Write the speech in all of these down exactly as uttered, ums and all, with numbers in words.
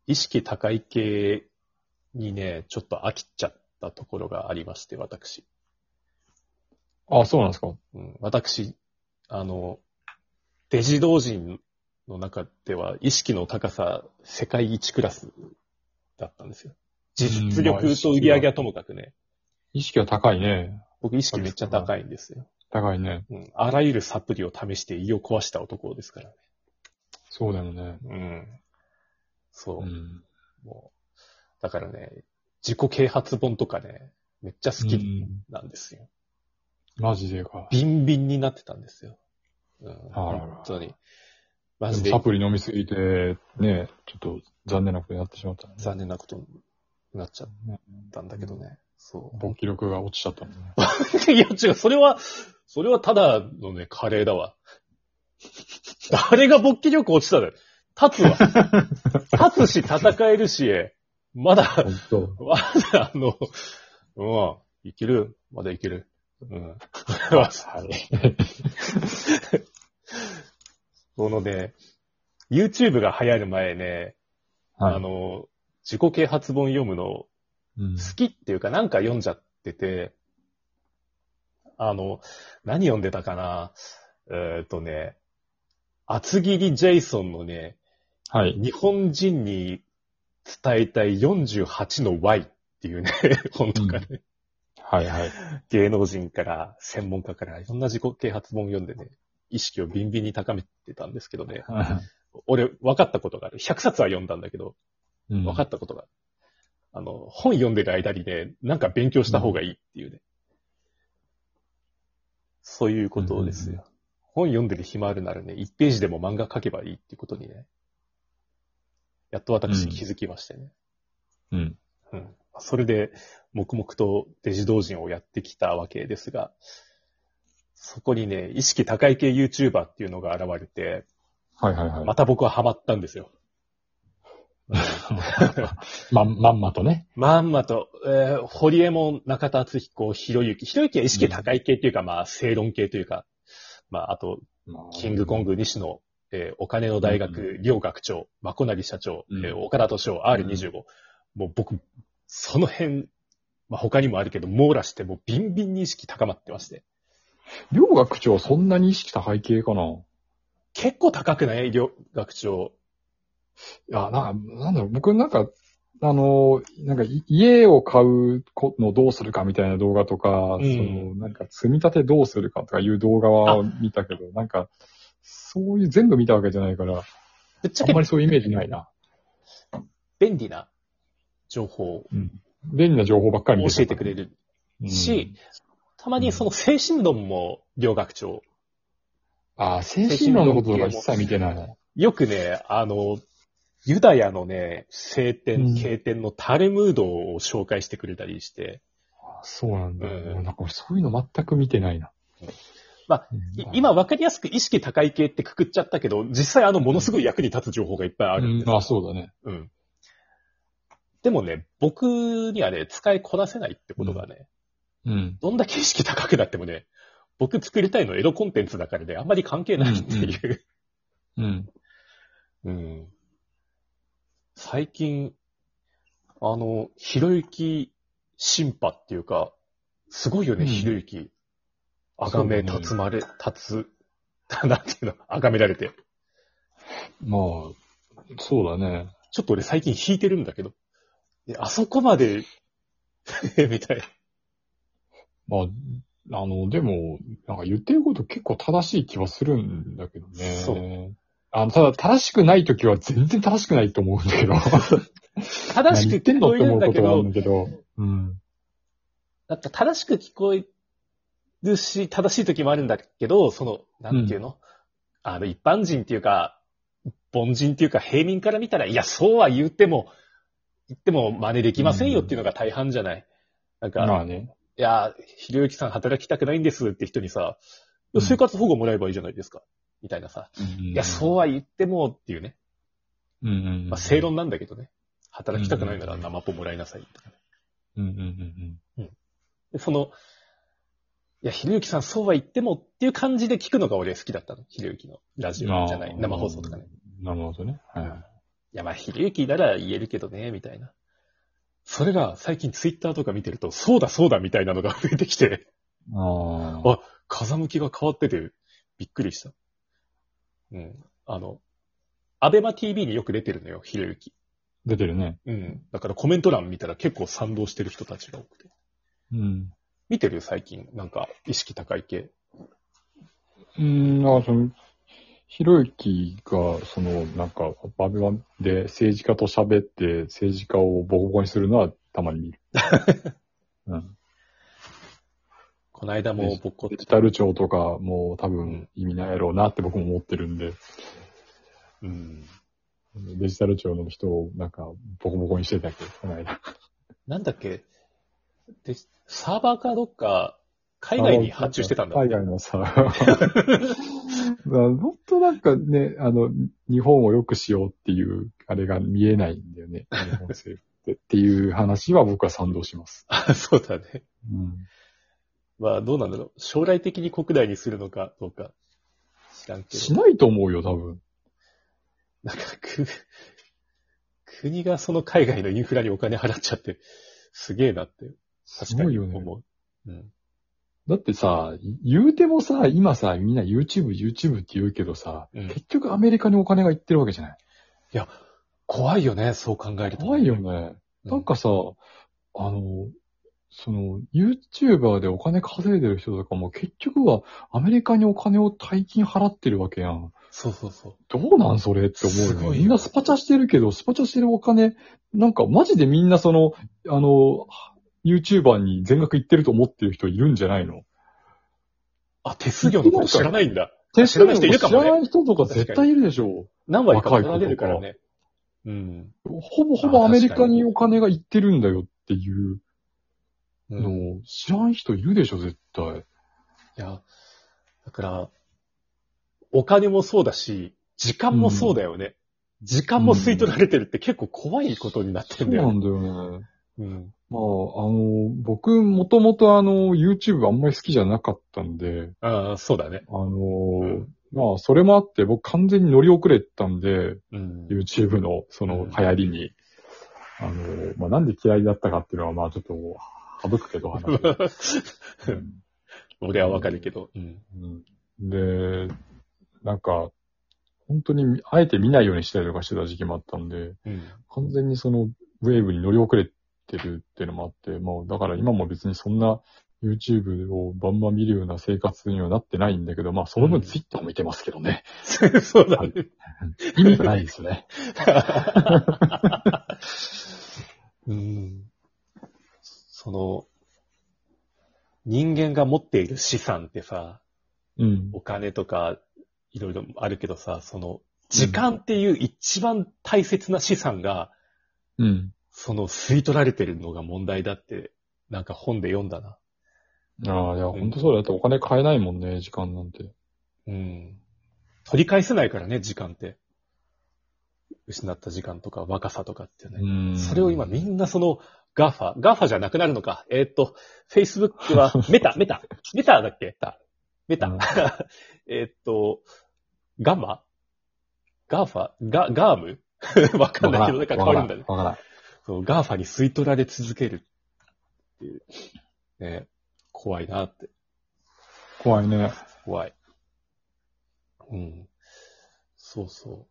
意識高い系にね、ちょっと飽きちゃったところがありまして、私。 あ、そうなんですか。 うん、私、あの、デジ同人の中では意識の高さ世界一クラスだったんですよ。実力と売り上げはともかくね。 意識は高いね。 僕意識めっちゃ高いんですよ。 高いね。 うん。あらゆるサプリを試して胃を壊した男ですからね。 そうだよね。 うん。そう。 うん、 もう、だからね、自己啓発本とかね、めっちゃ好きなんですよ。 うん、マジでか。 ビンビンになってたんですよ。うん。 あらら本当に。マジで。 サプリ飲みすぎて、ね、ちょっと残念なことになってしまった、ね。 残念なことになっちゃったんだけどね。うん、そう。 勃起力が落ちちゃったもんね。 いや違う、それは、それはただのね、カレーだわ。誰が勃起力落ちたのよ。立つわ。立つし戦えるし、まだ、まだあの、うん、いける。まだいける。うん。はい。そのね、YouTube が流行る前ね、はい、あの、自己啓発本読むの、好きっていうかなんか読んじゃってて、あの、何読んでたかなえっとね、厚切りジェイソンのね、はい、日本人に伝えたいよんじゅうはちの ワイ っていうね、本とかね、うん。 はいはい。 芸能人から、専門家からいろんな自己啓発本読んでね、意識をビンビンに高めてたんですけどね。俺、分かったことがある。ひゃくさつは読んだんだけど、分かったことがある。あの、本読んでる間にね、なんか勉強した方がいいっていうね。うん、そういうことですよ。うんうんうん、本読んでる暇あるならね、いちページでも漫画描けばいいっていうことにね、やっと私気づきましてね。 うん。 うん。それで、黙々とデジ同人をやってきたわけですが、そこにね、意識高い系 YouTuber っていうのが現れて、 はいはいはい。 また僕はハマったんですよ。 ま、まんまとね。 まんまと、えー、ホリエモン、中田敦彦、ひろゆき。ひろゆきは意識高い系っていうか、うん、まあ、正論系というか、まあ、あと、キングコング西野、えー、お金の大学、両、うん、学長、まこなぎ社長、うん、えー、岡田斗司夫、アールにじゅうご。もう僕、その辺、まあ、他にもあるけど、網羅してもうビンビンに意識高まってまして。 両学長そんなに意識高い系かな？ 結構高くない両学長。 いや、な、なんだろう、僕なんか、あの、なんか家を買うのどうするかみたいな動画とか、うん、その、なんか積み立てどうするかとかいう動画は見たけど、なんか、そういう全部見たわけじゃないから、ぶっちゃけあんまりそういうイメージないな。 便利な情報、 うん、便利な情報ばっかり教えてくれるし、うん、たまにその精神論も両学長。 ああ、精神論のこととか一切見てない。 よくね、あの、ユダヤのね、聖典、経典のタルムードを紹介してくれたりして。 あ、そうなんだ。うん、なんかそういうの全く見てないな。 まあ、うん、今分かりやすく意識高い系ってくくっちゃったけど、実際あのものすごい役に立つ情報がいっぱいあるんですよ。 うん、あ、そうだね。 うん。でもね、僕にはね、使いこなせないってことがね、 うん。うん、 どんだけ意識高くなってもね、僕作りたいのエロコンテンツだからね、あんまり関係ないっていう。 うん。 うん。うん最近、あの、ひろゆきシンパっていうか、すごいよね、ひろゆき。あがめ、たつまれ、たつ、なんていうの、あがめられて。 まあ、そうだね。 ちょっと俺最近引いてるんだけど。あそこまで、みたいな。 まあ、あの、でも、なんか言ってること結構正しい気はするんだけどね。 そう。 あの、ただ正しくないときは全然正しくないと思うんだけど。 正しく聞こえるんだけど、 けどうん。 なんか正しく聞こえるし、正しい時もあるんだけど、その、なんていうの、うん、あの、一般人っていうか、凡人っていうか、平民から見たら、いや、そうは言っても、言っても真似できませんよっていうのが大半じゃない。うん、なんか、 まあね。 いや、ひろゆきさん働きたくないんですって人にさ、うん、生活保護もらえばいいじゃないですか。みたいなさ。うん、いや、そうは言ってもっていうね。 うんうんうん、 まあ、正論なんだけどね。働きたくないなら生ポもらいなさいとかね。 うんうんうんうん。 でその、いや、ひろゆきさんそうは言ってもっていう感じで聞くのが俺好きだったの。ひろゆきのラジオじゃない、生放送とかね。 なるほどね。はい。いいやまあ、ひろゆきなら言えるけどね、みたいな。それが最近ツイッターとか見てると、そうだそうだみたいなのが増えてきて、 ああ。 あ、風向きが変わってて、びっくりした。うん。あの、アベマ ティーブイ によく出てるのよ、ひろゆき。 出てるね。 うん。だからコメント欄見たら結構賛同してる人たちが多くて。 うん。 見てるよ、最近。なんか、意識高い系。 うーん、あその、ひろゆきが、その、なんか、バベバで政治家と喋って政治家をボコボコにするのはたまに見る。うん。 この間もボコデジタル庁とかもう多分意味ないやろうなって僕も思ってるんで。 うん。 デジタル庁の人をなんかボコボコにしてたけど、この間。 なんだっけで、サーバーかどっか、海外に発注してたんだ。 海外のさ、本当なんかね、あの、日本を良くしようっていう、あれが見えないんだよね。日本政府ってっていう話は僕は賛同します。 あ、そうだね。 うん。 まあ、どうなんだろう。将来的に国内にするのかどうか、知らんけど。 しないと思うよ、多分。 なんか、く、国がその海外のインフラにお金払っちゃって、すげえなって、確かに思う。 すごいよね。 うん。 だってさ、言うてもさ、今さ、みんな YouTube、YouTube って言うけどさ、 うん、 結局アメリカにお金が行ってるわけじゃない。 いや、怖いよね、そう考えると。 怖いよね。なんかさ、あの、その、YouTuber でお金稼いでる人とかも結局はアメリカにお金を大金払ってるわけやん。 そうそうそう。 どうなんそれって思うよね。 すごいよみんなスパチャしてるけど、スパチャしてるお金、なんかマジでみんなその、あの、YouTuber に全額いってると思ってる人いるんじゃないの？ あ、手数料のこと知らないんだ。 手数料知らない人いるかもね。 知らない人とか絶対いるでしょう。 何割か取られるからね。うん。 ほぼほぼアメリカにお金がいってるんだよっていうのを知らん人いるでしょ、絶対。いや、だから、お金もそうだし、時間もそうだよね。うん、時間も吸い取られてるって結構怖いことになってるんだよね。 そうなんだよね。 うん。 まあ、あの、僕、もともとあの、YouTube あんまり好きじゃなかったんで。 ああ、そうだね。 あの、うん、まあ、それもあって、僕完全に乗り遅れたんで、うん、YouTube のその流行りに。うん、あの、まあ、なんで嫌いだったかっていうのは、まあ、ちょっと、省くけど、話。 うん、俺はわかるけど、 うんうん。で、なんか、本当に、あえて見ないようにしたりとかしてた時期もあったんで、うん、完全にその、ウェーブに乗り遅れてるっていうのもあって、もう、だから今も別にそんな YouTube をバンバン見るような生活にはなってないんだけど、まあ、その分 Twitter を見てますけどね。 うん、そうだね。 意味がないですね。 うん、その、人間が持っている資産ってさ、うん、お金とかいろいろあるけどさ、その、時間っていう一番大切な資産が、うん、その吸い取られてるのが問題だって、なんか本で読んだな。 ああ、いや、うん、ほんとそうだ。だってお金買えないもんね、時間なんて。 うん。取り返せないからね、時間って。失った時間とか若さとかってね。うん。それを今みんなその、ガーファ、ガーファじゃなくなるのか。えー、っと、Facebook は、メタ、メタ、メタだっけメタ。うん、えっと、ガンマガーファガ、ガームわかんないけど、なんか変わるんだね。 わからない。 そう、ガーファに吸い取られ続けるっていう。ね、怖いなって。 怖いね。 怖い。うん。そうそう。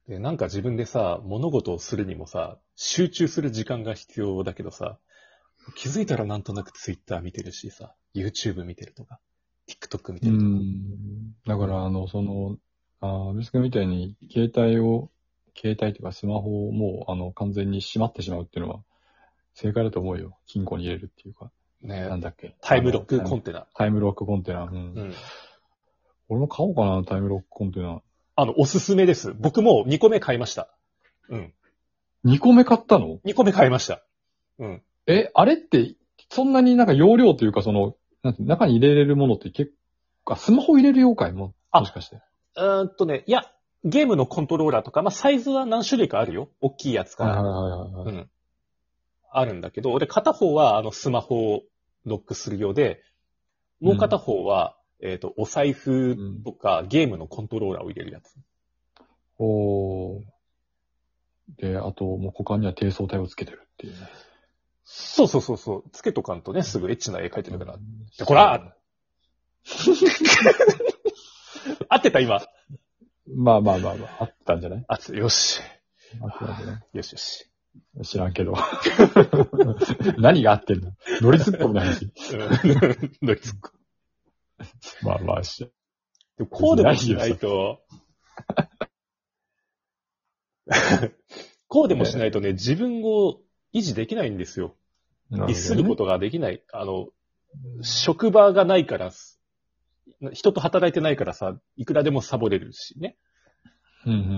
で、なんか自分でさ、物事をするにもさ、集中する時間が必要だけどさ、気づいたらなんとなくツイッター見てるしさ、YouTube 見てるとか、TikTok 見てるとか。うん。 だから、あの、その、ああ、ビス君みたいに、携帯を、携帯というかスマホをもう、あの、完全に閉まってしまうっていうのは、正解だと思うよ。金庫に入れるっていうか。 ね、 なんだっけ。 タイムロックコンテナ。 タイムロックコンテナ。うん。うん、俺も買おうかな、タイムロックコンテナ。 あの、おすすめです。僕もにこめ買いました。うん。 にこめ買ったの ? に 個目買いました。うん。 え、あれって、そんなになんか容量というか、その、なんて中に入れれるものって結構、あ、スマホ入れるようかいももしかして。 うーんとね、いや、ゲームのコントローラーとか、まあ、サイズは何種類かあるよ。大きいやつから。 はいはいはいはい、 うん。あるんだけど、俺片方は、あの、スマホをロックするようで、もう片方は、うん、えっと、お財布とか、うん、ゲームのコントローラーを入れるやつ。 おー。 で、あと、もう股間には低層体をつけてるっていうね。 そうそうそうそう。つけとかんとね、すぐエッチな絵描いてるから。で、こら合ってた今。 まあまあまあまあ、合ったんじゃない？ あつ、よし。 合ってたんじゃない？ よしよし。 知らんけど。何が合ってんの？ノリツッコミの話。 ノリツッコミ。まあまあし。 でもこうでもしないと、こうでもしないとね、自分を維持できないんですよ。律することができない。あの、職場がないから、人と働いてないからさ、いくらでもサボれるしね。 うんうんうん、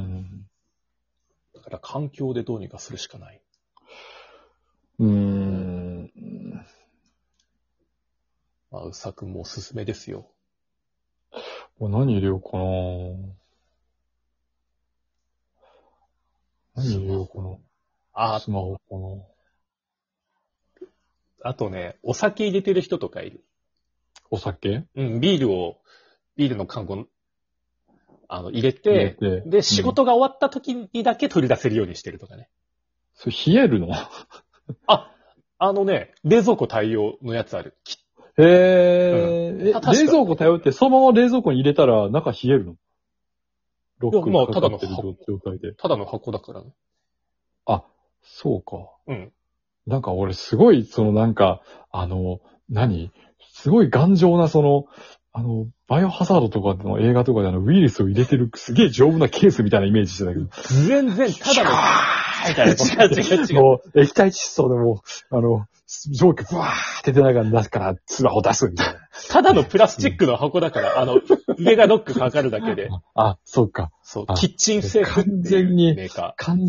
だから環境でどうにかするしかない。 うーん。 まあ、うさくんもおすすめですよ。 何入れようかな。何入れようかな。あ、スマホかな。あとね、お酒入れてる人とかいる。 お酒？ うん、ビールを、ビールの缶を、あの、入れて、 入れてで、仕事が終わった時にだけ取り出せるようにしてるとかね。 それ冷えるの？ あ、あのね、冷蔵庫対応のやつある。 へえ、うん、え、冷蔵庫対応ってそのまま冷蔵庫に入れたら中冷えるの？ロックがかかってる状態で。 ただの箱だからね。 あ、そうか。 うん。 なんか俺すごい、そのなんか、あの、何？すごい頑丈なその、あの、バイオハザードとかの映画とかであのウイルスを入れてるすげえ丈夫なケースみたいなイメージしてたけど。 全然ただの、みたいな。違う違う違う。 もう液体窒素でも、あの、蒸気ブワーって出ながら出すから、スマホ出すみたいな。 ただのプラスチックの箱だから、あの、上がロックかかるだけで。 あ、そうか。 そう、キッチンセーフ完全に、 メーカー。 完